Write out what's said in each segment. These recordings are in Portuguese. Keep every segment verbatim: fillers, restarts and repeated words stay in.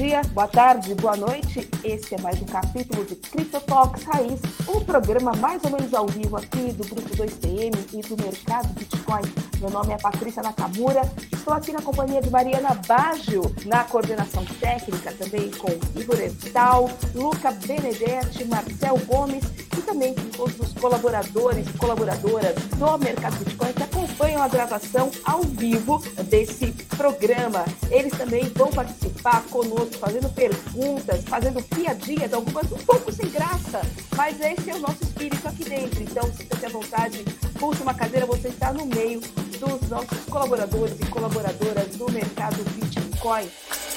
dia, boa tarde, boa noite. Esse é mais um capítulo de Crypto Talks Raiz, um programa mais ou menos ao vivo aqui do Grupo dois P M e do Mercado Bitcoin. Meu nome é Patrícia Nakamura, estou aqui na companhia de Mariana Baggio, na coordenação técnica, também com Igor Ertal, Luca Benedetti, Marcel Gomes e também com todos os colaboradores e colaboradoras do Mercado Bitcoin que acompanham a gravação ao vivo desse programa. Eles também vão participar conosco, fazendo perguntas, fazendo piadinhas, algumas um pouco sem graça, mas esse é o nosso espírito aqui dentro. Então, sinta-se à vontade, puxe uma cadeira, você está no meio dos nossos colaboradores e colaboradoras do Mercado Bitcoin.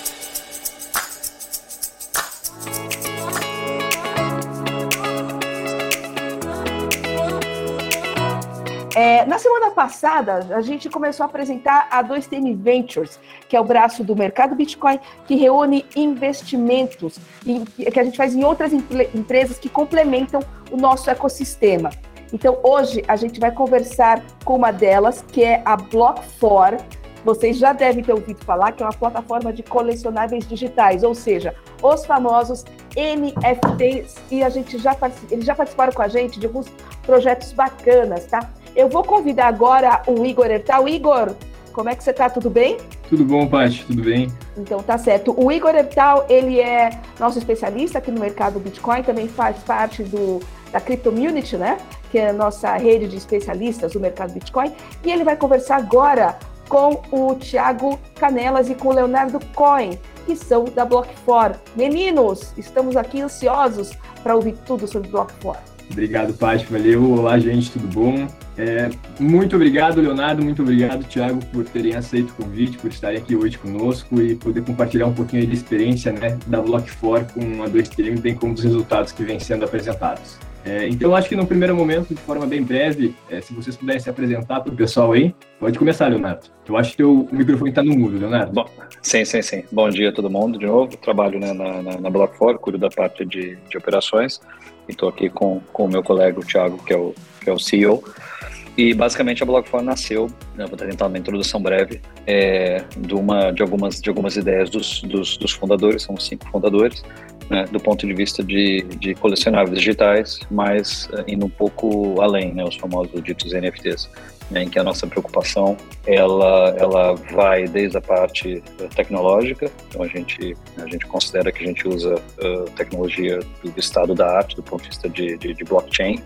É, na semana passada, a gente começou a apresentar a dois T M Ventures, que é o braço do Mercado Bitcoin, que reúne investimentos em, que a gente faz em outras empresas que complementam o nosso ecossistema. Então, hoje, a gente vai conversar com uma delas, que é a Block four. Vocês já devem ter ouvido falar que é uma plataforma de colecionáveis digitais, ou seja, os famosos N F Ts, e a gente já, eles já participaram com a gente de alguns projetos bacanas, tá? Eu vou convidar agora o Igor Ertal. Igor, como é que você tá? Tudo bem? Tudo bom, Paty? Tudo bem? Então tá certo. O Igor Ertal, ele é nosso especialista aqui no mercado Bitcoin, também faz parte do, da Cryptomunity, né? Que é a nossa rede de especialistas do mercado Bitcoin. E ele vai conversar agora com o Thiago Canelas e com o Leonardo Cohen, que são da Block four. Meninos, estamos aqui ansiosos para ouvir tudo sobre Block four. Obrigado, Paty. Valeu. Olá, gente. Tudo bom? É, muito obrigado, Leonardo. Muito obrigado, Thiago, por terem aceito o convite, por estarem aqui hoje conosco e poder compartilhar um pouquinho aí da experiência, né, da Block four com a dois T M, bem como dos resultados que vêm sendo apresentados. É, então, acho que no primeiro momento, de forma bem breve, é, se vocês puderem se apresentar para o pessoal aí, pode começar, Leonardo. Eu acho que teu microfone está no mudo, Leonardo. Bom, sim, sim, sim. Bom dia a todo mundo, de novo. Trabalho, né, na, na, na Block four, cuido da parte de, de operações. Estou aqui com, com o meu colega, o Thiago, que é o, que é o C E O. E, basicamente, a Block four nasceu, né, vou tentar uma introdução breve, é, de, uma, de, algumas, de algumas ideias dos, dos, dos fundadores, são cinco fundadores, né, do ponto de vista de, de colecionáveis digitais, mas uh, indo um pouco além, né, os famosos ditos N F Ts, né, em que a nossa preocupação ela, ela vai desde a parte uh, tecnológica. Então a gente, a gente considera que a gente usa uh, tecnologia do estado da arte, do ponto de vista de, de, de blockchain,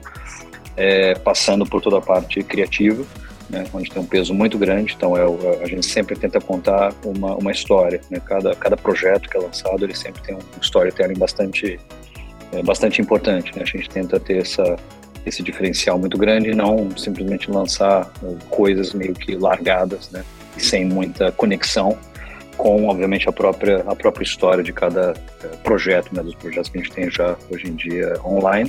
é, passando por toda a parte criativa, né, onde tem um peso muito grande. Então é, a gente sempre tenta contar uma, uma história, né? cada, cada projeto que é lançado, ele sempre tem um storytelling bastante, é, bastante importante, né? A gente tenta ter essa, esse diferencial muito grande e não simplesmente lançar uh, coisas meio que largadas, né, e sem muita conexão com, obviamente, a própria, a própria história de cada uh, projeto, né, dos projetos que a gente tem já hoje em dia online.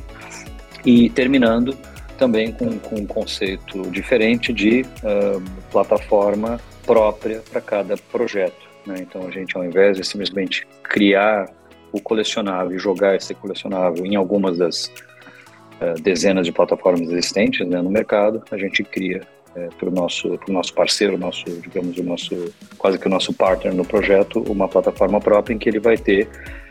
E terminando também com, com um conceito diferente de uh, plataforma própria para cada projeto, né? Então a gente, ao invés de simplesmente criar o colecionável e jogar esse colecionável em algumas das uh, dezenas de plataformas existentes, né, no mercado, a gente cria uh, para o nosso, pro nosso parceiro, nosso, digamos, o nosso, quase que o nosso partner no projeto, uma plataforma própria em que ele vai ter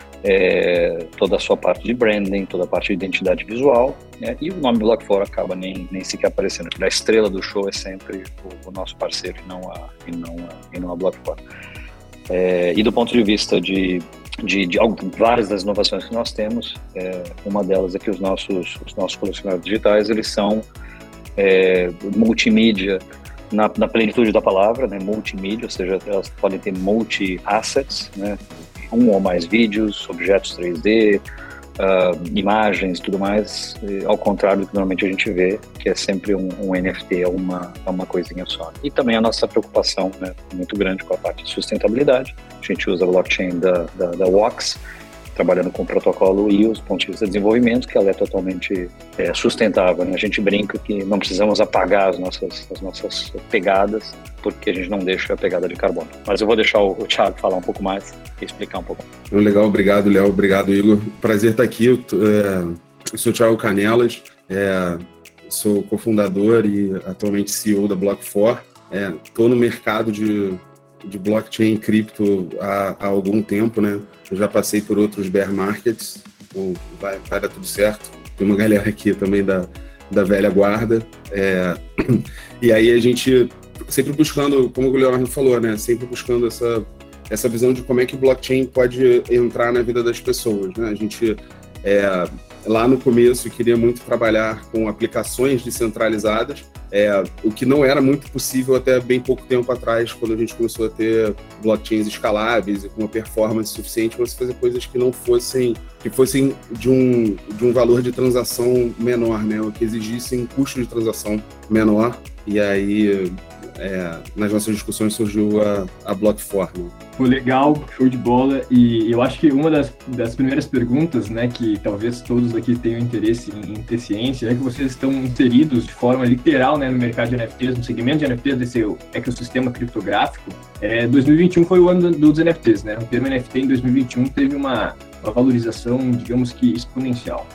É, toda a sua parte de branding, toda a parte de identidade visual, né? E o nome Block four acaba nem, nem sequer aparecendo. A estrela do show é sempre o, o nosso parceiro e não a, e não a, e não a Block four. É, e do ponto de vista de, de, de, de várias das inovações que nós temos, é, uma delas é que os nossos, os nossos colecionáveis digitais, eles são é, multimídia na, na plenitude da palavra, né? Multimídia, ou seja, elas podem ter multi-assets, né? Um ou mais vídeos, objetos três D, uh, imagens e tudo mais, e, ao contrário do que normalmente a gente vê, que é sempre um, um N F T, é uma, é uma coisinha só. E também a nossa preocupação, né, muito grande com a parte de sustentabilidade. A gente usa a blockchain da, da, da W O X, trabalhando com o protocolo I O S, ponto de vista de desenvolvimento, que ela é totalmente é, sustentável, né? A gente brinca que não precisamos apagar as nossas, as nossas pegadas, porque a gente não deixa a pegada de carbono. Mas eu vou deixar o, o Thiago falar um pouco mais e explicar um pouco. Legal, obrigado, Léo, obrigado, Igor. Prazer estar aqui. Eu, é, eu sou o Thiago Canelas, é, sou cofundador e atualmente C E O da Block four. Estou é, no mercado de de blockchain e cripto há, há algum tempo, né? Eu já passei por outros bear markets, então vai, vai dar tudo certo. Tem uma galera aqui também da, da velha guarda. É, e aí a gente sempre buscando, como o Leonardo falou, né? Sempre buscando essa, essa visão de como é que o blockchain pode entrar na vida das pessoas, né? A gente, é, lá no começo, queria muito trabalhar com aplicações descentralizadas, é, o que não era muito possível até bem pouco tempo atrás, quando a gente começou a ter blockchains escaláveis e com uma performance suficiente para você fazer coisas que não fossem, que fossem de um, de um valor de transação menor, né? Ou que exigissem um custo de transação menor. E aí, é, nas nossas discussões surgiu a, a Blockform. Foi legal, show de bola, e eu acho que uma das, das primeiras perguntas, né, que talvez todos aqui tenham interesse em, em ter ciência, é que vocês estão inseridos de forma literal, né, no mercado de N F Ts, no segmento de N F Ts desse ecossistema criptográfico. É, dois mil e vinte e um foi o ano dos N F Ts, né, o termo N F T em dois mil e vinte e um teve uma, uma valorização, digamos que exponencial.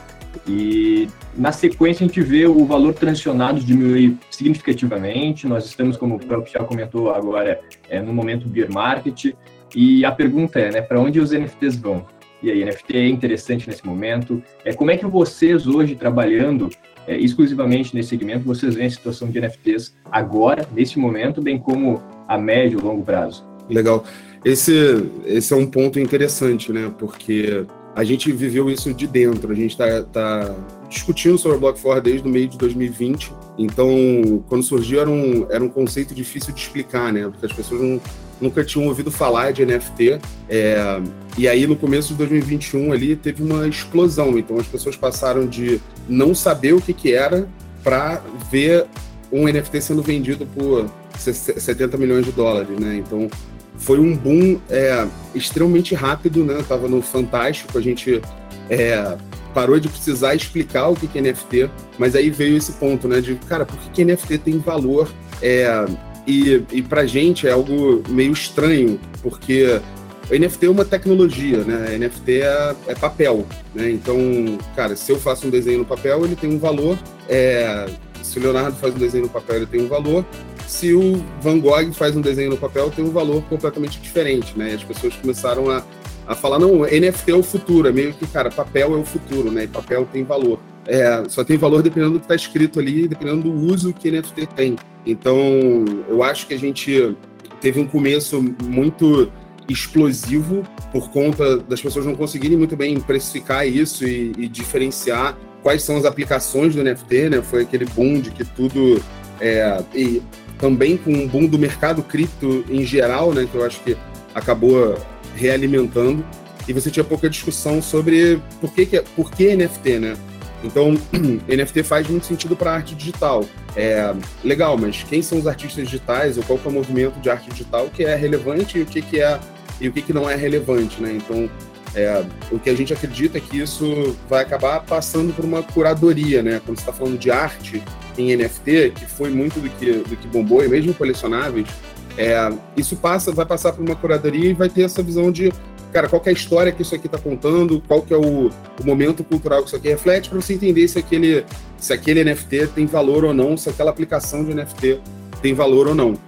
E na sequência a gente vê o valor transacionado diminuir significativamente. Nós estamos, como o próprio Thiago comentou agora, é, no momento bear market, e a pergunta é, né, para onde os N F Ts vão? E aí, N F T é interessante nesse momento. É, como é que vocês hoje, trabalhando é, exclusivamente nesse segmento, vocês veem a situação de N F Ts agora, nesse momento, bem como a médio e longo prazo? Legal. Esse, esse é um ponto interessante, né, porque a gente viveu isso de dentro, a gente está tá discutindo sobre a Blockform desde o meio de dois mil e vinte, então, quando surgiu, era um, era um conceito difícil de explicar, né, porque as pessoas não, nunca tinham ouvido falar de N F T, é, e aí no começo de dois mil e vinte e um ali teve uma explosão, então as pessoas passaram de não saber o que que era para ver um N F T sendo vendido por setenta milhões de dólares, né, então foi um boom é, extremamente rápido, né? Tava no Fantástico, a gente é, parou de precisar explicar o que é N F T, mas aí veio esse ponto, né? De, cara, por que, que N F T tem valor? É, e, e pra gente é algo meio estranho, porque o N F T é uma tecnologia, né? N F T é, é papel, né? Então, cara, se eu faço um desenho no papel, ele tem um valor. É, se o Leonardo faz um desenho no papel, ele tem um valor. Se o Van Gogh faz um desenho no papel, tem um valor completamente diferente, né? E as pessoas começaram a, a falar, não, N F T é o futuro, é meio que, cara, papel é o futuro, né? E papel tem valor. É, só tem valor dependendo do que está escrito ali, dependendo do uso que N F T tem. Então, eu acho que a gente teve um começo muito explosivo por conta das pessoas não conseguirem muito bem precificar isso e, e diferenciar quais são as aplicações do N F T, né? Foi aquele boom de que tudo... É, e também com o boom do mercado cripto em geral, né, que eu acho que acabou realimentando, e você tinha pouca discussão sobre por que, que, por que N F T, né? Então, N F T faz muito sentido para arte digital. É legal, mas quem são os artistas digitais, ou qual que é o movimento de arte digital que é relevante e o que, que, é, e o que, que não é relevante, né? Então, é, o que a gente acredita é que isso vai acabar passando por uma curadoria, né? Quando você está falando de arte em N F T, que foi muito do que, do que bombou, e mesmo colecionáveis, é, isso passa, vai passar por uma curadoria e vai ter essa visão de, cara, qual que é a história que isso aqui está contando, qual que é o, o momento cultural que isso aqui reflete, para você entender se aquele, se aquele N F T tem valor ou não, se aquela aplicação de N F T tem valor ou não.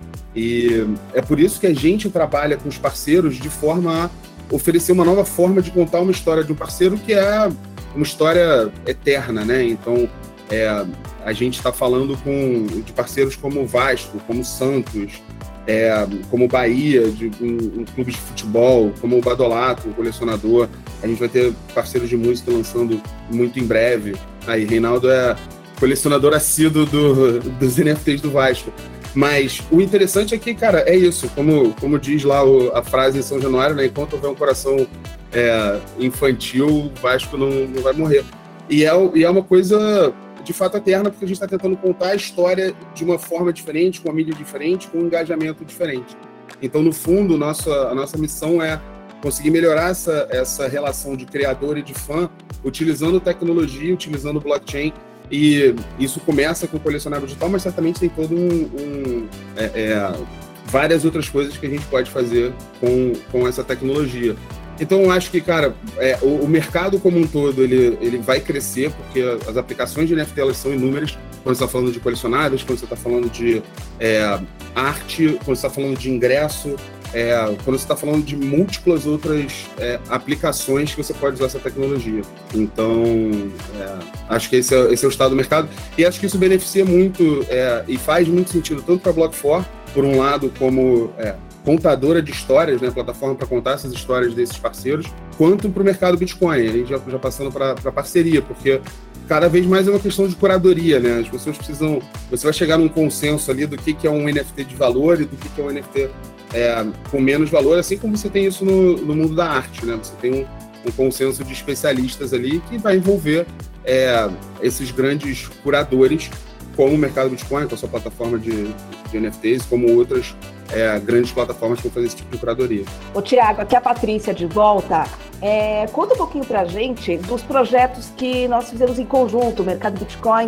E é por isso que a gente trabalha com os parceiros de forma a oferecer uma nova forma de contar uma história de um parceiro que é uma história eterna, né? Então, é, a gente está falando com, de parceiros como o Vasco, como o Santos, é, como o Bahia, de um, um clube de futebol, como o Badolato, o colecionador. A gente vai ter parceiros de música lançando muito em breve. Aí, Reinaldo é colecionador assíduo do, dos N F Ts do Vasco. Mas o interessante é que, cara, é isso, como, como diz lá o, a frase em São Januário, né? Enquanto houver um coração é, infantil, o Vasco não, não vai morrer. E é, e é uma coisa, de fato, eterna, porque a gente está tentando contar a história de uma forma diferente, com uma mídia diferente, com um engajamento diferente. Então, no fundo, nossa, a nossa missão é conseguir melhorar essa, essa relação de criador e de fã, utilizando tecnologia, utilizando blockchain. E isso começa com o colecionável digital, mas certamente tem todo um... um é, é, várias outras coisas que a gente pode fazer com, com essa tecnologia. Então, eu acho que, cara, é, o, o mercado como um todo, ele, ele vai crescer, porque as aplicações de N F T, elas são inúmeras. Quando você está falando de colecionáveis, quando você está falando de é, arte, quando você está falando de ingresso, é, quando você está falando de múltiplas outras é, aplicações que você pode usar essa tecnologia. Então, é, acho que esse é, esse é o estado do mercado, e acho que isso beneficia muito é, e faz muito sentido, tanto para a Block four, por um lado, como é, contadora de histórias, né, plataforma para contar essas histórias desses parceiros, quanto para o mercado Bitcoin, a gente já, já passando para a parceria, porque cada vez mais é uma questão de curadoria, né? As pessoas precisam... Você vai chegar num consenso ali do que, que é um N F T de valor e do que, que é um N F T é, com menos valor, assim como você tem isso no, no mundo da arte, né? Você tem um, um consenso de especialistas ali que vai envolver é, esses grandes curadores, como o mercado Bitcoin, com a sua plataforma de, de N F Ts, como outras é, grandes plataformas que vão fazer esse tipo de curadoria. Ô, Tiago, aqui é a Patrícia de volta. É, conta um pouquinho pra gente dos projetos que nós fizemos em conjunto, Mercado Bitcoin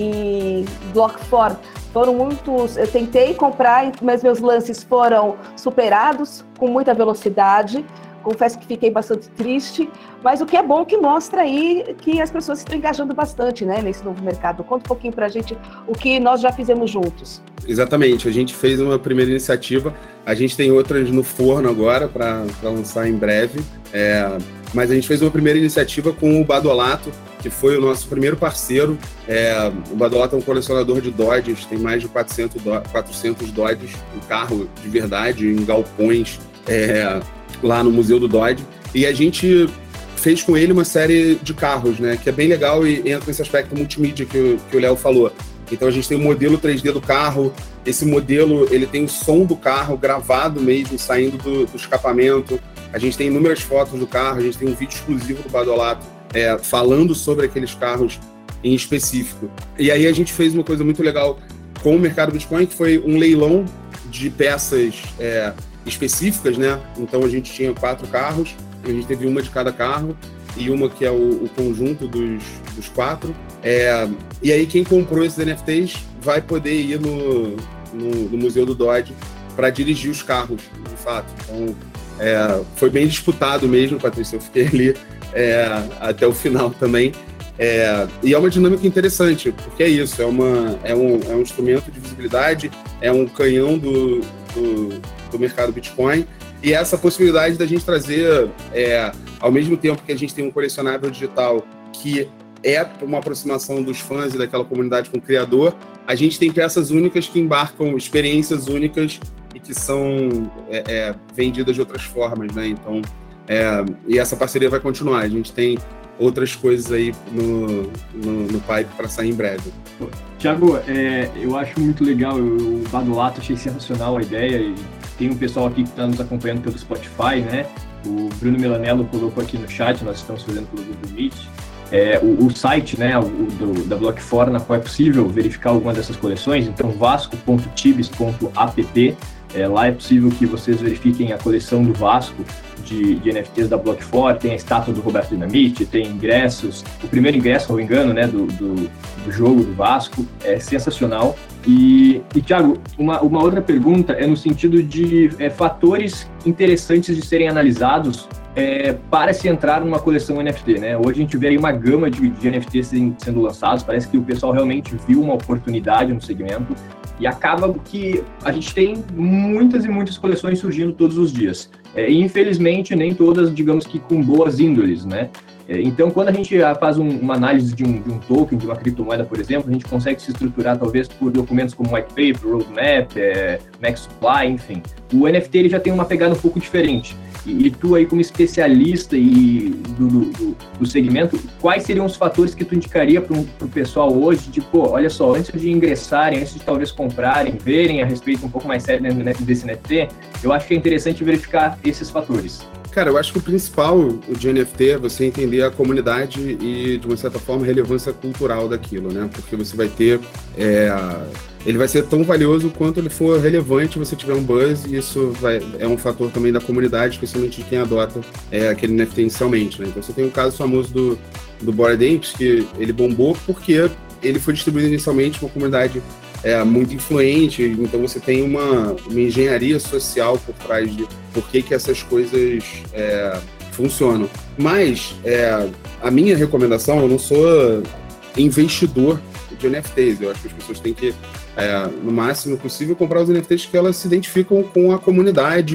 e Block four. Foram muitos, eu tentei comprar, mas meus lances foram superados com muita velocidade. Confesso que fiquei bastante triste, mas o que é bom que mostra aí que as pessoas estão engajando bastante, né, nesse novo mercado. Conta um pouquinho pra gente o que nós já fizemos juntos. Exatamente, a gente fez uma primeira iniciativa, a gente tem outras no forno agora para lançar em breve, é, mas a gente fez uma primeira iniciativa com o Badolato, que foi o nosso primeiro parceiro. É, o Badolato é um colecionador de Dodges, tem mais de quatrocentos Dodges, um carro de verdade, em galpões, é, lá no Museu do Dodge, e a gente fez com ele uma série de carros, né, que é bem legal e entra nesse aspecto multimídia que o, que o Léo falou. Então a gente tem o modelo três D do carro, esse modelo ele tem o som do carro gravado mesmo, saindo do, do escapamento, a gente tem inúmeras fotos do carro, a gente tem um vídeo exclusivo do Badolato é, falando sobre aqueles carros em específico. E aí a gente fez uma coisa muito legal com o mercado Bitcoin, que foi um leilão de peças é, específicas, né? Então a gente tinha quatro carros, a gente teve uma de cada carro e uma que é o, o conjunto dos, dos quatro. É, e aí quem comprou esses N F Ts vai poder ir no, no, no Museu do Dodge para dirigir os carros, de fato. Então é, foi bem disputado mesmo, Patrícia, eu fiquei ali é, até o final também. É, e é uma dinâmica interessante, porque é isso, é, uma, é, um, é um instrumento de visibilidade, é um canhão do, do, do mercado Bitcoin, e essa possibilidade da gente trazer, é, ao mesmo tempo que a gente tem um colecionável digital que é uma aproximação dos fãs e daquela comunidade com o criador, a gente tem peças únicas que embarcam experiências únicas e que são é, é, vendidas de outras formas, né? Então, é, e essa parceria vai continuar, a gente tem outras coisas aí no, no, no pipe para sair em breve. Tiago, é, eu acho muito legal, o Badolato, achei sensacional a ideia, e tem um pessoal aqui que está nos acompanhando pelo Spotify, né? O Bruno Melanello colocou aqui no chat, nós estamos fazendo pelo Google Meet, é, o, o site, né, o, do, da Block four, na qual é possível verificar alguma dessas coleções, então vasco ponto tibes ponto app, é, lá é possível que vocês verifiquem a coleção do Vasco de, de N F Ts da Block four, tem a estátua do Roberto Dinamite, tem ingressos, o primeiro ingresso, se não me engano, né, do, do, do jogo do Vasco, é sensacional. E, e Thiago, uma, uma outra pergunta é no sentido de é, fatores interessantes de serem analisados é, para se entrar numa coleção N F T, né? Hoje a gente vê aí uma gama de, de N F Ts sendo lançados, parece que o pessoal realmente viu uma oportunidade no segmento, e acaba que a gente tem muitas e muitas coleções surgindo todos os dias. É, e infelizmente nem todas, digamos que com boas índoles, né? É, então, quando a gente faz um, uma análise de um, de um token, de uma criptomoeda, por exemplo, a gente consegue se estruturar talvez por documentos como white paper, roadmap, é, max supply, enfim. O N F T ele já tem uma pegada um pouco diferente. E, e tu aí como especialista e do, do, do segmento, quais seriam os fatores que tu indicaria para o pessoal hoje, de, pô, olha só, antes de ingressarem, antes de talvez comprarem, verem a respeito um pouco mais sério desse N F T, eu acho que é interessante verificar esses fatores. Cara, eu acho que o principal de N F T é você entender a comunidade e, de uma certa forma, a relevância cultural daquilo, né? Porque você vai ter... É, ele vai ser tão valioso quanto ele for relevante se você tiver um buzz, e isso vai, é um fator também da comunidade, especialmente de quem adota é, aquele N F T inicialmente, né? Então você tem um caso famoso do, do Bored Apes, que ele bombou porque ele foi distribuído inicialmente uma comunidade é, muito influente, então você tem uma, uma engenharia social por trás de por que, que essas coisas é, funcionam. Mas é, a minha recomendação, eu não sou investidor de N F Ts, eu acho que as pessoas têm que, é, no máximo possível, comprar os N F Ts que elas se identificam com a comunidade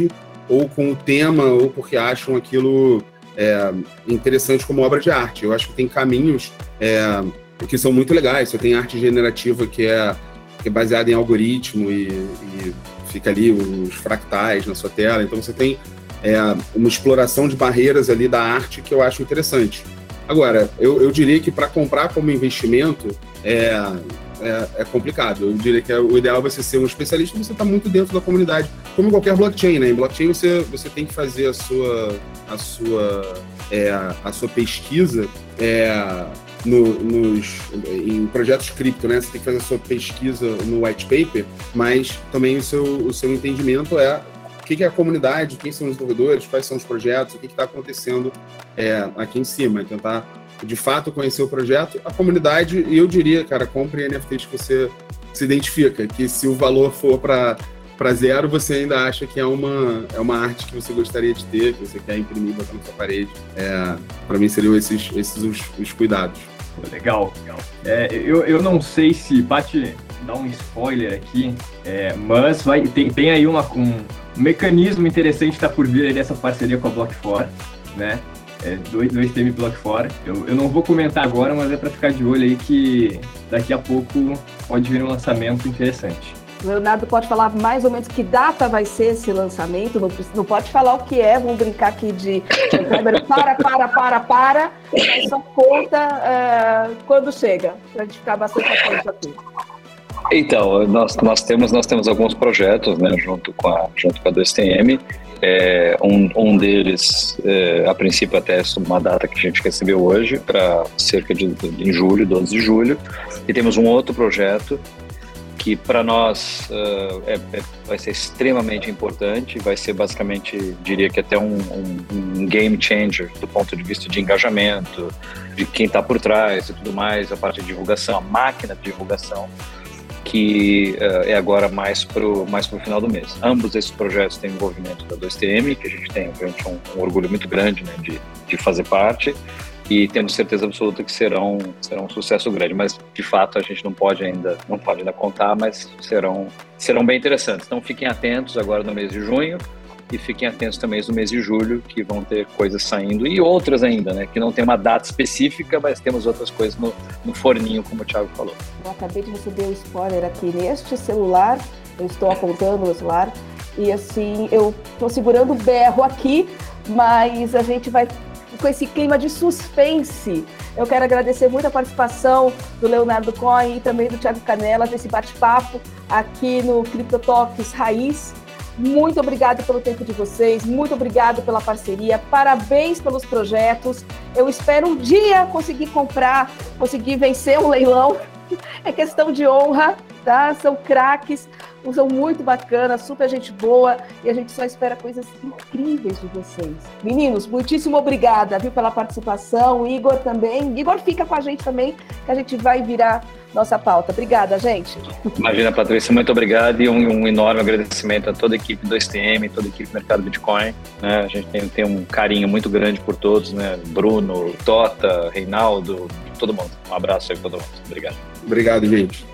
ou com o tema, ou porque acham aquilo é, interessante como obra de arte. Eu acho que tem caminhos é, que são muito legais. Você tem arte generativa que é, que é baseada em algoritmo e, e fica ali os fractais na sua tela. Então você tem é, uma exploração de barreiras ali da arte que eu acho interessante. Agora, eu, eu diria que para comprar como investimento é, é, é complicado. Eu diria que é, o ideal é você ser um especialista e você está muito dentro da comunidade, como qualquer blockchain, né? Em blockchain você, você tem que fazer a sua, a sua, é, a sua pesquisa é, no, nos, em projetos cripto, né? Você tem que fazer a sua pesquisa no white paper, mas também o seu, o seu entendimento é o que é a comunidade, quem são os desenvolvedores, quais são os projetos, o que está acontecendo é, aqui em cima. E tentar, de fato, conhecer o projeto, a comunidade, e eu diria, cara, compre N F Ts que você se identifica, que se o valor for para para zero, você ainda acha que é uma, é uma arte que você gostaria de ter, que você quer imprimir, botar na sua parede. É, para mim, seriam esses, esses os, os cuidados. Legal, legal. É, eu, eu não sei se, Paty, dar um spoiler aqui, é, mas vai, tem, tem aí uma, um mecanismo interessante está por vir aí dessa parceria com a Block four, né? É, dois T M Block four. Eu, eu não vou comentar agora, mas é para ficar de olho aí que daqui a pouco pode vir um lançamento interessante. O Leonardo pode falar mais ou menos que data vai ser esse lançamento, não, não pode falar o que é, vamos brincar aqui de para, para, para, para, mas só conta uh, quando chega, para a gente ficar bastante atento aqui. Então, nós, nós, temos, nós temos alguns projetos, né, junto com a, junto com a dois T M. É, um, um deles, é, a princípio até uma data que a gente recebeu hoje, para cerca de em julho, doze de julho. E temos um outro projeto que para nós uh, é, é, vai ser extremamente importante, vai ser basicamente, diria que até um, um, um game changer do ponto de vista de engajamento, de quem está por trás e tudo mais, a parte de divulgação, a máquina de divulgação, que uh, é agora mais para o mais pro final do mês. Ambos esses projetos têm envolvimento da dois T M, que a gente tem obviamente, um, um orgulho muito grande, né, de, de fazer parte, e temos certeza absoluta que serão, serão um sucesso grande, mas de fato a gente não pode ainda, não pode ainda contar, mas serão, serão bem interessantes. Então fiquem atentos agora no mês de junho e fiquem atentos também no mês de julho, que vão ter coisas saindo e outras ainda, né, que não tem uma data específica, mas temos outras coisas no, no forninho, como o Thiago falou. Eu acabei de receber um spoiler aqui neste celular, eu estou apontando o celular e assim, eu estou segurando o berro aqui, mas a gente vai com esse clima de suspense. Eu quero agradecer muito a participação do Leonardo Cohen e também do Thiago Canela nesse bate-papo aqui no CryptoTalks Raiz. Muito obrigado pelo tempo de vocês, muito obrigado pela parceria, parabéns pelos projetos. Eu espero um dia conseguir comprar, conseguir vencer um leilão. É questão de honra, tá? São craques, são muito bacanas, super gente boa e a gente só espera coisas incríveis de vocês. Meninos, muitíssimo obrigada, viu, pela participação. Igor também. Igor fica com a gente também, que a gente vai virar nossa pauta. Obrigada, gente. Imagina, Patrícia, muito obrigado e um, um enorme agradecimento a toda a equipe dois T M, toda a equipe do Mercado Bitcoin. Né? A gente tem, tem um carinho muito grande por todos, né? Bruno, Tota, Reinaldo, todo mundo. Um abraço aí para todo mundo. Obrigado. Obrigado, gente.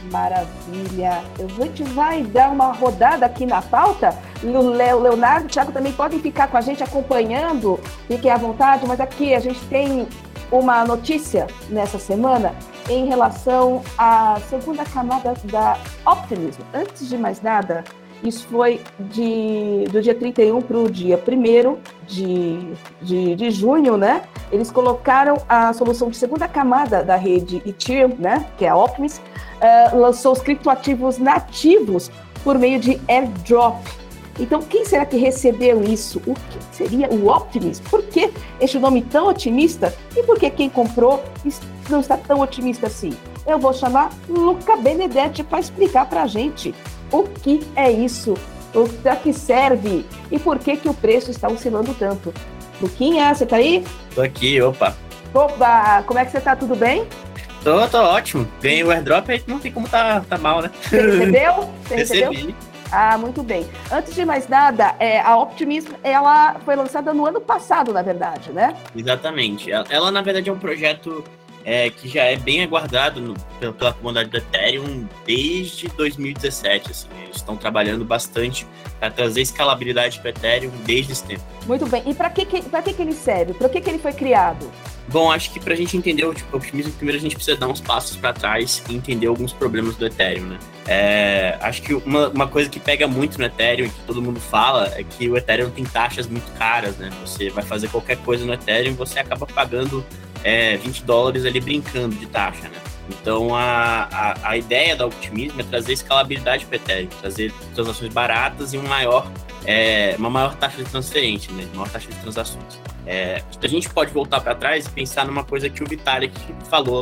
Maravilha. A gente vai dar uma rodada aqui na pauta. O Leonardo e o Thiago também podem ficar com a gente acompanhando, fiquem à vontade, mas aqui a gente tem uma notícia nessa semana em relação à segunda camada da Optimism. Antes de mais nada, isso foi de, do dia trinta e um para o dia primeiro de, de, de junho, né? Eles colocaram a solução de segunda camada da rede Ethereum, né? Que é a Optimism, uh, lançou os criptoativos nativos por meio de airdrop. Então, quem será que recebeu isso? O que seria o Optimism? Por que este nome tão otimista? E por que quem comprou não está tão otimista assim? Eu vou chamar Luca Benedetti para explicar para a gente o que é isso, para que serve e por que, que o preço está oscilando tanto. Luquinha, você tá aí? Tô aqui, opa. Opa, como é que você tá? Tudo bem? Tô, tô ótimo. Ganhei o airdrop, a gente não tem como tá, tá mal, né? Você recebeu? Você Recebi. recebeu? Ah, muito bem. Antes de mais nada, é, a Optimism, ela foi lançada no ano passado, na verdade, né? Exatamente. Ela, ela, na verdade, é um projeto é, que já é bem aguardado no, pela, pela comunidade do Ethereum desde dois mil e dezessete. Assim, eles estão trabalhando bastante para trazer escalabilidade para o Ethereum desde esse tempo. Muito bem. E para que, que, pra que, que ele serve? Para que, que ele foi criado? Bom, acho que para a gente entender o optimismo, primeiro a gente precisa dar uns passos para trás e entender alguns problemas do Ethereum, né? É, acho que uma, uma coisa que pega muito no Ethereum e que todo mundo fala é que o Ethereum tem taxas muito caras, né? Você vai fazer qualquer coisa no Ethereum e você acaba pagando é, vinte dólares ali brincando de taxa, né? Então, a, a, a ideia da Optimism é trazer escalabilidade para o Ethereum, trazer transações baratas e um maior, é, uma maior taxa de transferência, né? Maior taxa de transações. É, a gente pode voltar para trás e pensar numa coisa que o Vitalik falou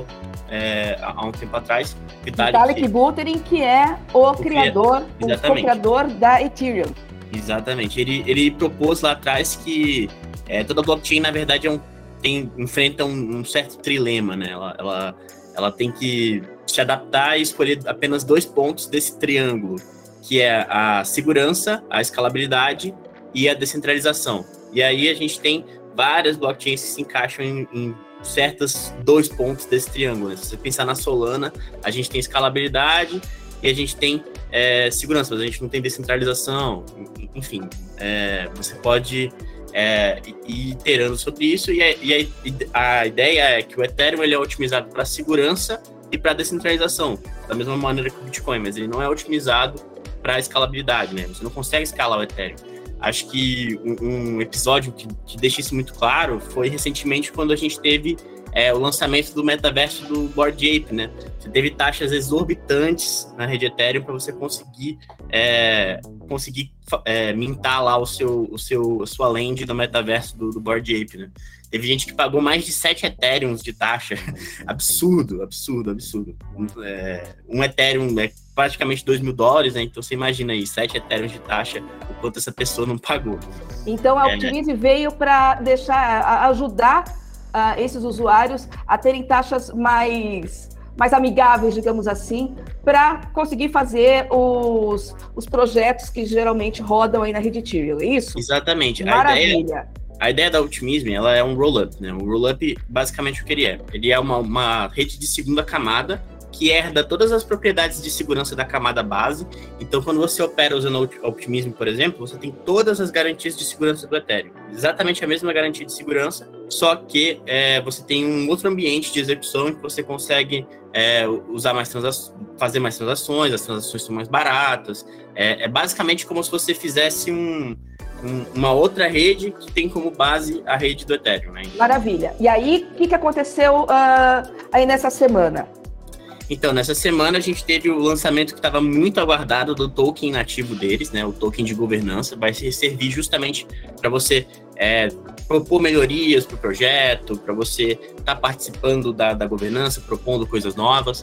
é, há um tempo atrás. Vitalik, Vitalik Buterin, que é o, o criador, o co-criador da Ethereum. Exatamente. Ele, ele propôs lá atrás que é, toda blockchain, na verdade, é um, tem, enfrenta um, um certo trilema, né? Ela, ela, ela tem que se adaptar e escolher apenas dois pontos desse triângulo, que é a segurança, a escalabilidade e a descentralização. E aí a gente tem várias blockchains que se encaixam em, em certos dois pontos desse triângulo, né? Se você pensar na Solana, a gente tem escalabilidade e a gente tem é, segurança, mas a gente não tem descentralização. Enfim, é, você pode é, ir iterando sobre isso e, a, e a, a ideia é que o Ethereum ele é otimizado para segurança e para descentralização, da mesma maneira que o Bitcoin, mas ele não é otimizado para escalabilidade, né? Você não consegue escalar o Ethereum. Acho que um, um episódio que, que deixa isso muito claro foi recentemente quando a gente teve é, o lançamento do metaverso do Bored Ape, né? Você teve taxas exorbitantes na rede Ethereum para você conseguir, é, conseguir é, mintar lá o seu, o seu, a sua land do metaverso do, do Bored Ape, né? Teve gente que pagou mais de sete Ethereums de taxa. Absurdo, absurdo, absurdo. É, um Ethereum é praticamente dois mil dólares, né? Então você imagina aí, sete Ethereums de taxa, o quanto essa pessoa não pagou. Então a Optimism é, veio para deixar, ajudar uh, esses usuários a terem taxas mais, mais amigáveis, digamos assim, para conseguir fazer os, os projetos que geralmente rodam aí na rede Ethereum, é isso? Exatamente. Maravilha. A ideia... A ideia da Optimism, ela é um roll-up, né? O roll-up, basicamente, o que ele é? Ele é uma, uma rede de segunda camada que herda todas as propriedades de segurança da camada base. Então, quando você opera usando o Optimism, por exemplo, você tem todas as garantias de segurança do Ethereum. Exatamente a mesma garantia de segurança, só que é, você tem um outro ambiente de execução em que você consegue é, usar mais transações, fazer mais transações, as transações são mais baratas. É, é basicamente como se você fizesse um... uma outra rede que tem como base a rede do Ethereum, né? Maravilha. E aí, o que, que aconteceu uh, aí nessa semana? Então, nessa semana a gente teve o lançamento que estava muito aguardado do token nativo deles, né? O token de governança vai servir justamente para você é, propor melhorias para o projeto, para você estar tá participando da, da governança, propondo coisas novas.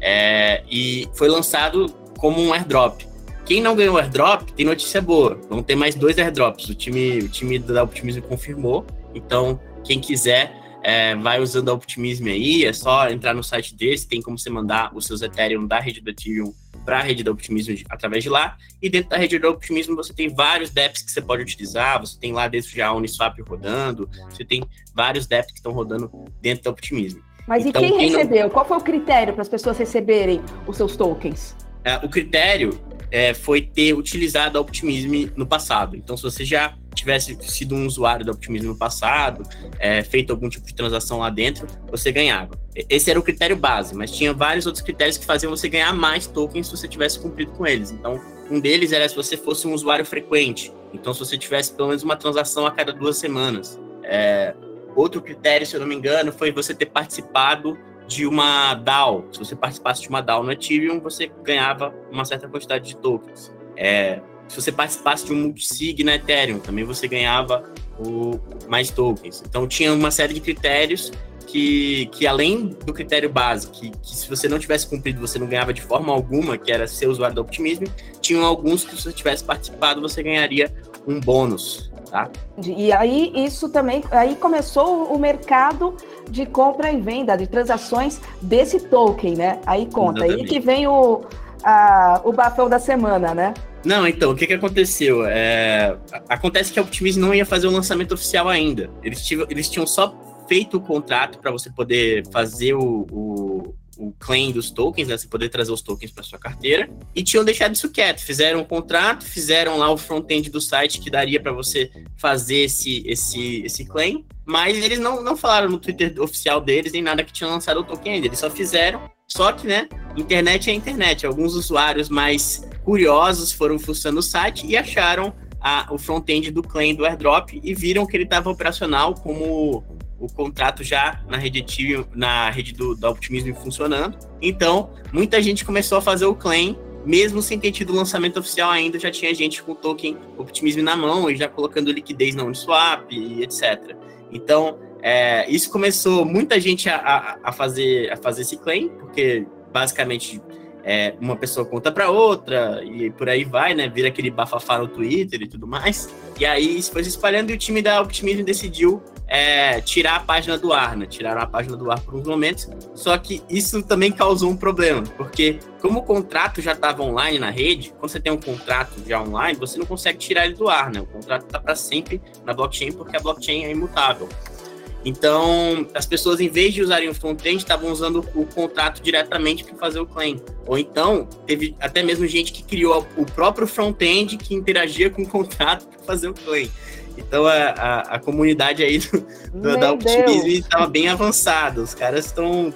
É, e foi lançado como um airdrop. Quem não ganhou o airdrop, tem notícia boa. Vão ter mais dois airdrops. O time, o time da Optimism confirmou. Então, quem quiser, é, vai usando a Optimism aí. É só entrar no site desse. Tem como você mandar os seus Ethereum da rede do Ethereum para a rede da Optimism através de lá. E dentro da rede da Optimism, você tem vários dApps que você pode utilizar. Você tem lá dentro já a Uniswap rodando. Você tem vários dApps que estão rodando dentro da Optimism. Mas então, e quem, quem recebeu? Não... Qual foi o critério para as pessoas receberem os seus tokens? É, o critério... É, foi ter utilizado a Optimism no passado. Então, se você já tivesse sido um usuário da Optimism no passado, é, feito algum tipo de transação lá dentro, você ganhava. Esse era o critério base, mas tinha vários outros critérios que faziam você ganhar mais tokens se você tivesse cumprido com eles. Então, um deles era se você fosse um usuário frequente. Então, se você tivesse pelo menos uma transação a cada duas semanas. É, outro critério, se eu não me engano, foi você ter participado de uma D A O. Se você participasse de uma D A O no Ethereum, você ganhava uma certa quantidade de tokens. É, se você participasse de um multisig na Ethereum, também você ganhava o, mais tokens. Então, tinha uma série de critérios que, que além do critério base, que, que se você não tivesse cumprido, você não ganhava de forma alguma, que era ser usuário da Optimism, tinham alguns que se você tivesse participado, você ganharia um bônus. Tá? E aí, isso também, aí começou o mercado de compra e venda, de transações desse token, né? Aí conta, exatamente. Aí que vem o, a, o bafão da semana, né? Não, então, o que que aconteceu? É, acontece que a Optimism não ia fazer o lançamento oficial ainda. Eles, tiv- eles tinham só feito o contrato para você poder fazer o, o, o claim dos tokens, né? Você poder trazer os tokens para sua carteira, e tinham deixado isso quieto. Fizeram um contrato, fizeram lá o front-end do site que daria para você fazer esse, esse, esse claim, mas eles não, não falaram no Twitter oficial deles nem nada que tinha lançado o token ainda. Eles só fizeram, só que, né, internet é internet. Alguns usuários mais curiosos foram fuçando o site e acharam a, o front-end do claim do airdrop e viram que ele estava operacional como o contrato já na rede, na rede do, do Optimism funcionando. Então, muita gente começou a fazer o claim, mesmo sem ter tido o lançamento oficial ainda, já tinha gente com o token Optimism na mão e já colocando liquidez na Uniswap e etcétera. Então, é, isso começou muita gente a, a, a, fazer, a fazer esse claim, porque basicamente é, uma pessoa conta para outra e por aí vai, né? Vira aquele bafafá no Twitter e tudo mais. E aí isso foi se espalhando e o time da Optimism decidiu é, tirar a página do ar, né? Tiraram a página do ar por uns momentos. Só que isso também causou um problema, porque como o contrato já estava online na rede, quando você tem um contrato já online, você não consegue tirar ele do ar, né? O contrato está para sempre na blockchain, porque a blockchain é imutável. Então, as pessoas, em vez de usarem o front-end, estavam usando o contrato diretamente para fazer o claim. Ou então, teve até mesmo gente que criou o próprio front-end que interagia com o contrato para fazer o claim. Então, a, a, a comunidade aí do, do, da Optimism estava bem avançada. Os caras estavam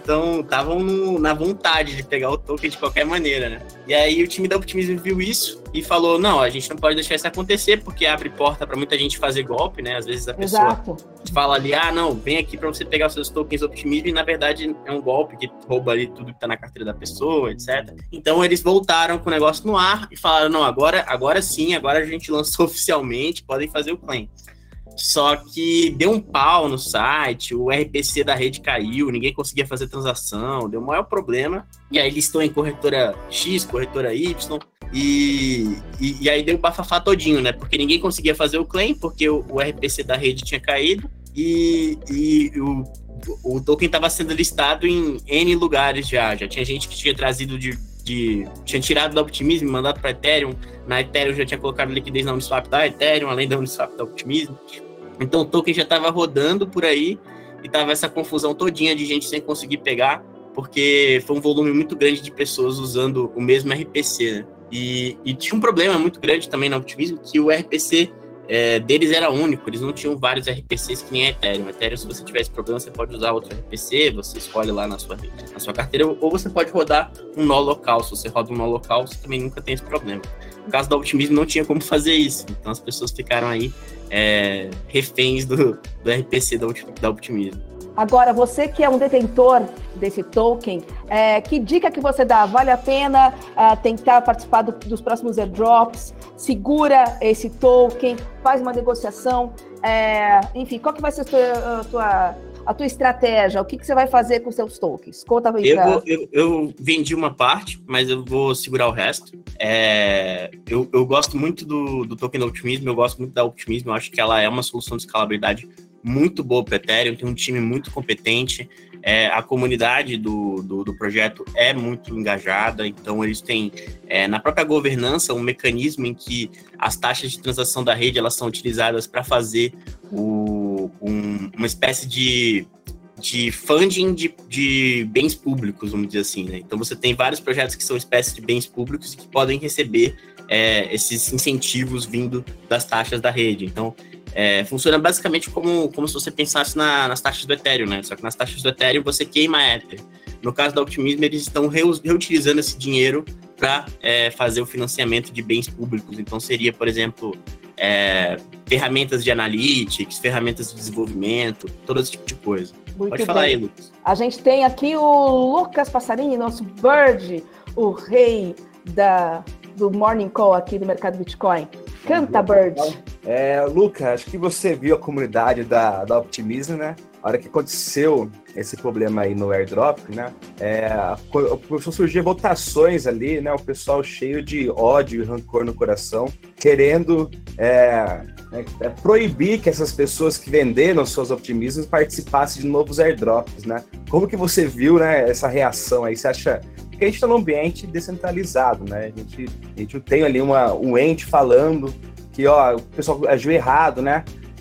na vontade de pegar o token de qualquer maneira, né? E aí, o time da Optimism viu isso e falou, não, a gente não pode deixar isso acontecer, porque abre porta para muita gente fazer golpe, né? Às vezes a pessoa Exato. fala ali, ah, não, vem aqui para você pegar os seus tokens Optimism, e na verdade é um golpe que rouba ali tudo que tá na carteira da pessoa, etcétera. Então, eles voltaram com o negócio no ar e falaram, não, agora, agora sim, agora a gente lançou oficialmente, podem fazer o claim. Só que deu um pau no site, o R P C da rede caiu, ninguém conseguia fazer transação, deu um maior problema. E aí eles estão em corretora X, corretora Y, e, e, e aí deu o bafafá todinho, né? Porque ninguém conseguia fazer o claim, porque o, o R P C da rede tinha caído, e, e o, o token estava sendo listado em N lugares já. Já tinha gente que tinha trazido de... De, tinha tirado da Optimism, mandado para Ethereum. Na Ethereum já tinha colocado liquidez na Uniswap da Ethereum, além da Uniswap da Optimism. Então o token já estava rodando por aí e tava essa confusão todinha de gente sem conseguir pegar, porque foi um volume muito grande de pessoas usando o mesmo R P C, né? E, e tinha um problema muito grande também na Optimism, que o R P C é, deles era único, eles não tinham vários R P Cs que nem a Ethereum. Ethereum, se você tiver esse problema, você pode usar outro R P C, você escolhe lá na sua, na sua carteira, ou você pode rodar um nó local. Se você roda um nó local, você também nunca tem esse problema. No caso da Optimism, não tinha como fazer isso, então as pessoas ficaram aí é, reféns do, do R P C da, da Optimism. Agora, você que é um detentor desse token, é, que dica que você dá? Vale a pena é, tentar participar do, dos próximos airdrops? Segura esse token, faz uma negociação, é, enfim, qual que vai ser a tua, a tua, a tua estratégia? O que, que você vai fazer com os seus tokens? Conta aí pra... eu, eu, eu vendi uma parte, mas eu vou segurar o resto. É, eu, eu gosto muito do, do token da Optimism, eu gosto muito da Optimism, eu acho que ela é uma solução de escalabilidade muito boa para o Ethereum, tem um time muito competente, é, a comunidade do, do, do projeto é muito engajada, então eles têm é, na própria governança um mecanismo em que as taxas de transação da rede elas são utilizadas para fazer o, um, uma espécie de, de funding de, de bens públicos, vamos dizer assim, né? Então você tem vários projetos que são espécies de bens públicos e que podem receber é, esses incentivos vindo das taxas da rede. Então É, funciona basicamente como, como se você pensasse na, nas taxas do Ethereum, né? Só que nas taxas do Ethereum você queima Ether. No caso da Optimism, eles estão reus, reutilizando esse dinheiro para é, fazer o financiamento de bens públicos. Então seria, por exemplo, é, ferramentas de analytics, ferramentas de desenvolvimento, todo esse tipo de coisa. Muito Pode bem. falar aí, Lucas. A gente tem aqui o Lucas Passarini, nosso Bird, o rei da... do Morning Call aqui do mercado Bitcoin. Canta, Bird. É, Luca, acho que você viu a comunidade da, da Optimism, né? A hora que aconteceu esse problema aí no airdrop, né? É, começou a surgir votações ali, né? O pessoal cheio de ódio e rancor no coração, querendo é, é, é, proibir que essas pessoas que venderam suas Optimisms participassem de novos airdrops, né? Como que você viu, né, essa reação aí? Você acha... Porque a gente está num ambiente descentralizado, né? A gente, a gente tem ali uma, um ente falando que, ó, o pessoal agiu errado, né?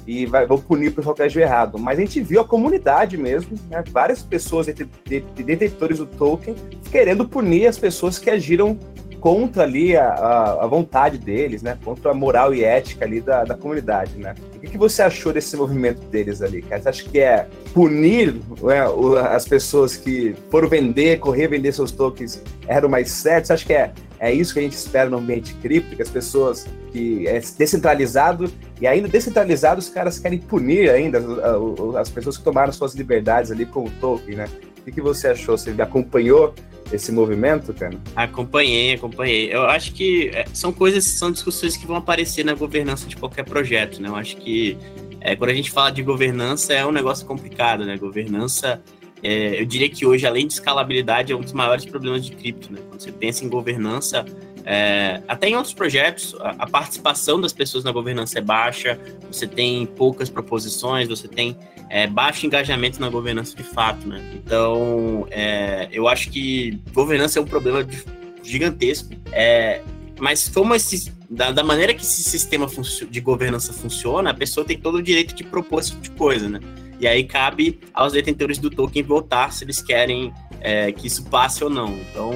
e vai, vou punir o pessoal que agiu errado. Mas a gente viu a comunidade mesmo, né, várias pessoas, de, de, de detentores do token, querendo punir as pessoas que agiram contra ali a, a, a vontade deles, né, contra a moral e ética ali da, da comunidade, né. O que, que você achou desse movimento deles ali, cara? Você acha que é punir, né, as pessoas que foram vender, correr vender seus tokens eram mais certos? Você acha que é É isso que a gente espera no ambiente cripto, que as pessoas, que é descentralizado, e ainda descentralizado, os caras querem punir ainda as, as pessoas que tomaram suas liberdades ali com o token, né? O que, que você achou? Você acompanhou esse movimento, cara? Acompanhei, acompanhei. Eu acho que são coisas, são discussões que vão aparecer na governança de qualquer projeto, né? Eu acho que é, quando a gente fala de governança é um negócio complicado, né? Governança... É, eu diria que hoje, além de escalabilidade, é um dos maiores problemas de cripto, né? Quando você pensa em governança, é, até em outros projetos, a, a participação das pessoas na governança é baixa, você tem poucas proposições, você tem é, baixo engajamento na governança de fato, né? Então, é, eu acho que governança é um problema de, gigantesco, é, mas como esse, da, da maneira que esse sistema de governança funciona, a pessoa tem todo o direito de propor esse tipo de coisa, né? E aí cabe aos detentores do token votar se eles querem é, que isso passe ou não. Então,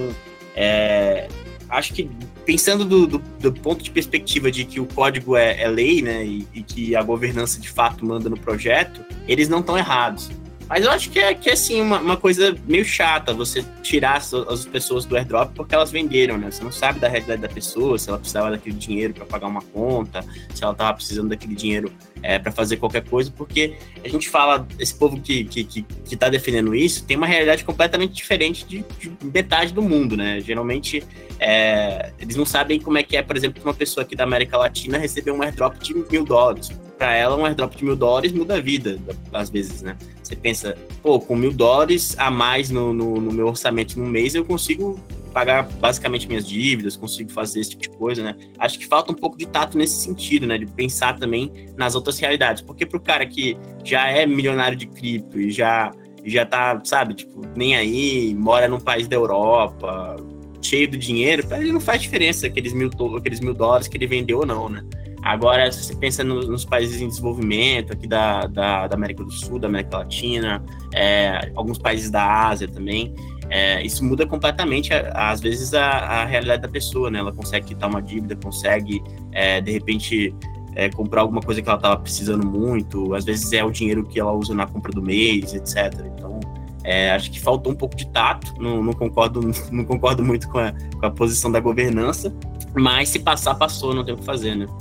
é, acho que pensando do, do, do ponto de perspectiva de que o código é, é lei, né, e, e que a governança de fato manda no projeto, eles não estão errados. Mas eu acho que é, que é assim, uma, uma coisa meio chata você tirar as, as pessoas do airdrop porque elas venderam, né? Você não sabe da realidade da pessoa, se ela precisava daquele dinheiro para pagar uma conta, se ela estava precisando daquele dinheiro é, para fazer qualquer coisa, porque a gente fala, esse povo que, que, que, que tá defendendo isso tem uma realidade completamente diferente de, de metade do mundo, né? Geralmente, é, eles não sabem como é que é, por exemplo, uma pessoa aqui da América Latina receber um airdrop de mil dólares. Para ela, um airdrop de mil dólares muda a vida, às vezes, né? Você pensa, pô, com mil dólares a mais no, no, no meu orçamento num mês, eu consigo pagar basicamente minhas dívidas, consigo fazer esse tipo de coisa, né? Acho que falta um pouco de tato nesse sentido, né? De pensar também nas outras realidades. Porque pro cara que já é milionário de cripto e já, já tá, sabe, tipo, nem aí, mora num país da Europa, cheio do dinheiro, para ele não faz diferença aqueles mil, aqueles mil dólares que ele vendeu ou não, né? Agora, se você pensa no, nos países em desenvolvimento, aqui da, da, da América do Sul, da América Latina, é, alguns países da Ásia também, é, isso muda completamente, às vezes, a, a realidade da pessoa, né? Ela consegue quitar uma dívida, consegue, é, de repente, é, comprar alguma coisa que ela estava precisando muito, às vezes é o dinheiro que ela usa na compra do mês, etcétera. Então, é, acho que faltou um pouco de tato, não, não, concordo, não concordo muito com a, com a posição da governança, mas se passar, passou, não tem o que fazer, né?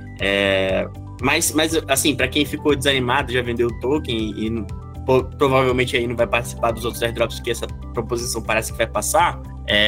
É, mas, mas, assim, para quem ficou desanimado, já vendeu o token e, e po, provavelmente aí não vai participar dos outros airdrops que essa proposição parece que vai passar,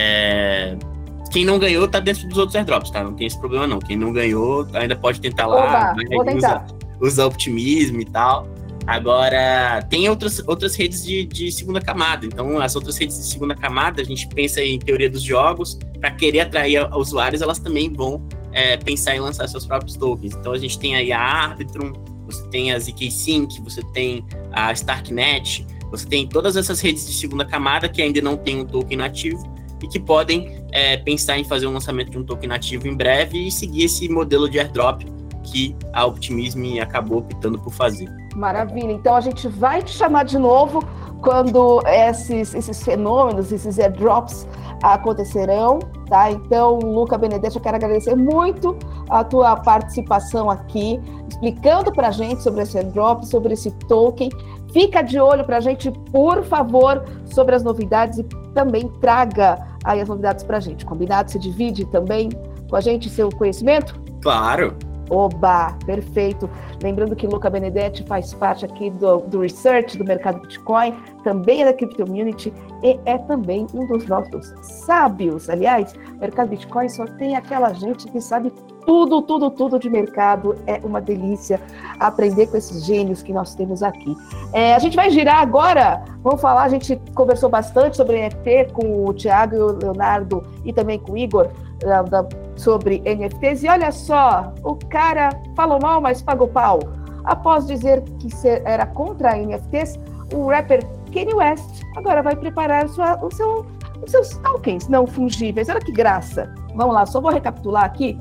é, quem não ganhou tá dentro dos outros airdrops, tá? Não tem esse problema não. Quem não ganhou ainda pode tentar lá, Oba, vou tentar. Usa, usa optimismo e tal. Agora, tem outras, outras redes de, de segunda camada. Então, as outras redes de segunda camada, a gente pensa em teoria dos jogos, para querer atrair usuários, elas também vão é, pensar em lançar seus próprios tokens. Então, a gente tem aí a Arbitrum, você tem a Z K Sync, você tem a Starknet, você tem todas essas redes de segunda camada que ainda não tem um token nativo e que podem é, pensar em fazer o lançamento de um token nativo em breve e seguir esse modelo de airdrop que a Optimism acabou optando por fazer. Maravilha. Então a gente vai te chamar de novo quando esses, esses fenômenos, esses airdrops acontecerão, tá? Então, Luca Benedetti, eu quero agradecer muito a tua participação aqui, explicando pra gente sobre esse airdrop, sobre esse token. Fica de olho pra gente, por favor, sobre as novidades e também traga aí as novidades pra gente. Combinado? Você divide também com a gente seu conhecimento? Claro! Oba, perfeito. Lembrando que Luca Benedetti faz parte aqui do, do research do mercado Bitcoin, também é da Cryptomunity e é também um dos nossos sábios. Aliás, o mercado Bitcoin só tem aquela gente que sabe tudo, tudo, tudo de mercado. É uma delícia aprender com esses gênios que nós temos aqui. É, a gente vai girar agora, vamos falar, a gente conversou bastante sobre N F T com o Thiago e o Leonardo e também com o Igor, da, da, sobre N F Ts, e olha só, o cara falou mal, mas pagou pau. Após dizer que era contra N F Ts, o rapper Kanye West agora vai preparar sua, o seu os seus tokens não fungíveis. Olha que graça. Vamos lá, só vou recapitular aqui.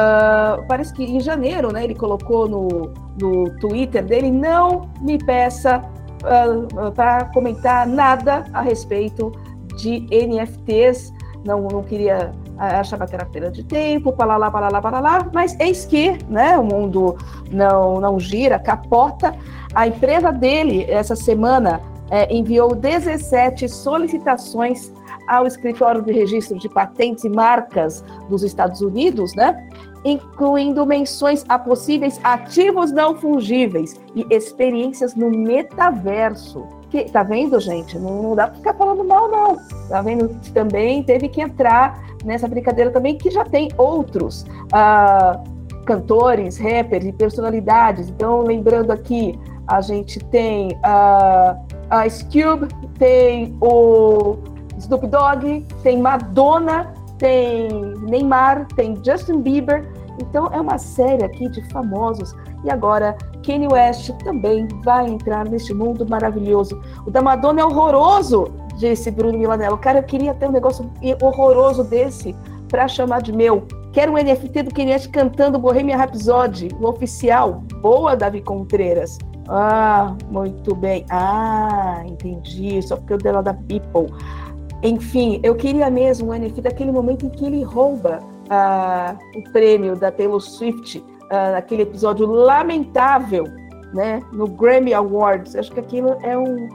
Uh, parece que em janeiro, né, ele colocou no, no Twitter dele, não me peça uh, para comentar nada a respeito de N F Ts. Não, não queria achar que era perda de tempo, para lá, para lá, para lá, mas eis que, né, o mundo não, não gira, capota. A empresa dele, essa semana, é, enviou dezessete solicitações ao Escritório de Registro de Patentes e Marcas dos Estados Unidos, né, incluindo menções a possíveis ativos não fungíveis e experiências no metaverso. Que, tá vendo, gente? Não, não dá para ficar falando mal, não. Tá vendo? Também teve que entrar nessa brincadeira também, que já tem outros uh, cantores, rappers e personalidades. Então, lembrando aqui, a gente tem uh, a Ice Cube, tem o Snoop Dogg, tem Madonna, tem Neymar, tem Justin Bieber. Então, é uma série aqui de famosos. E agora, Kanye West também vai entrar neste mundo maravilhoso. O da Madonna é horroroso, disse Bruno Milanello. Cara, eu queria ter um negócio horroroso desse para chamar de meu. Quero um N F T do Kanye West cantando Bohemian Rhapsody, o oficial. Boa, Davi Contreras. Ah, muito bem. Ah, entendi. Só porque eu dei lá da People. Enfim, eu queria mesmo um N F T daquele momento em que ele rouba ah, o prêmio da Taylor Swift, ah, naquele episódio lamentável, né, no Grammy Awards. Acho que aquilo é um,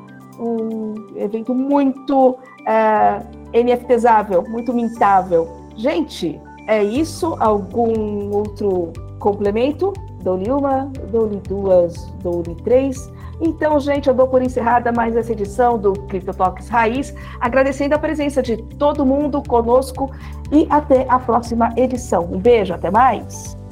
um evento muito ah, NFTzável, muito mintável. Gente, é isso? Algum outro complemento? Dou-lhe uma, dou-lhe duas, dou-lhe três. Então, gente, eu dou por encerrada mais essa edição do CryptoTalks Raiz, agradecendo a presença de todo mundo conosco e até a próxima edição. Um beijo, até mais!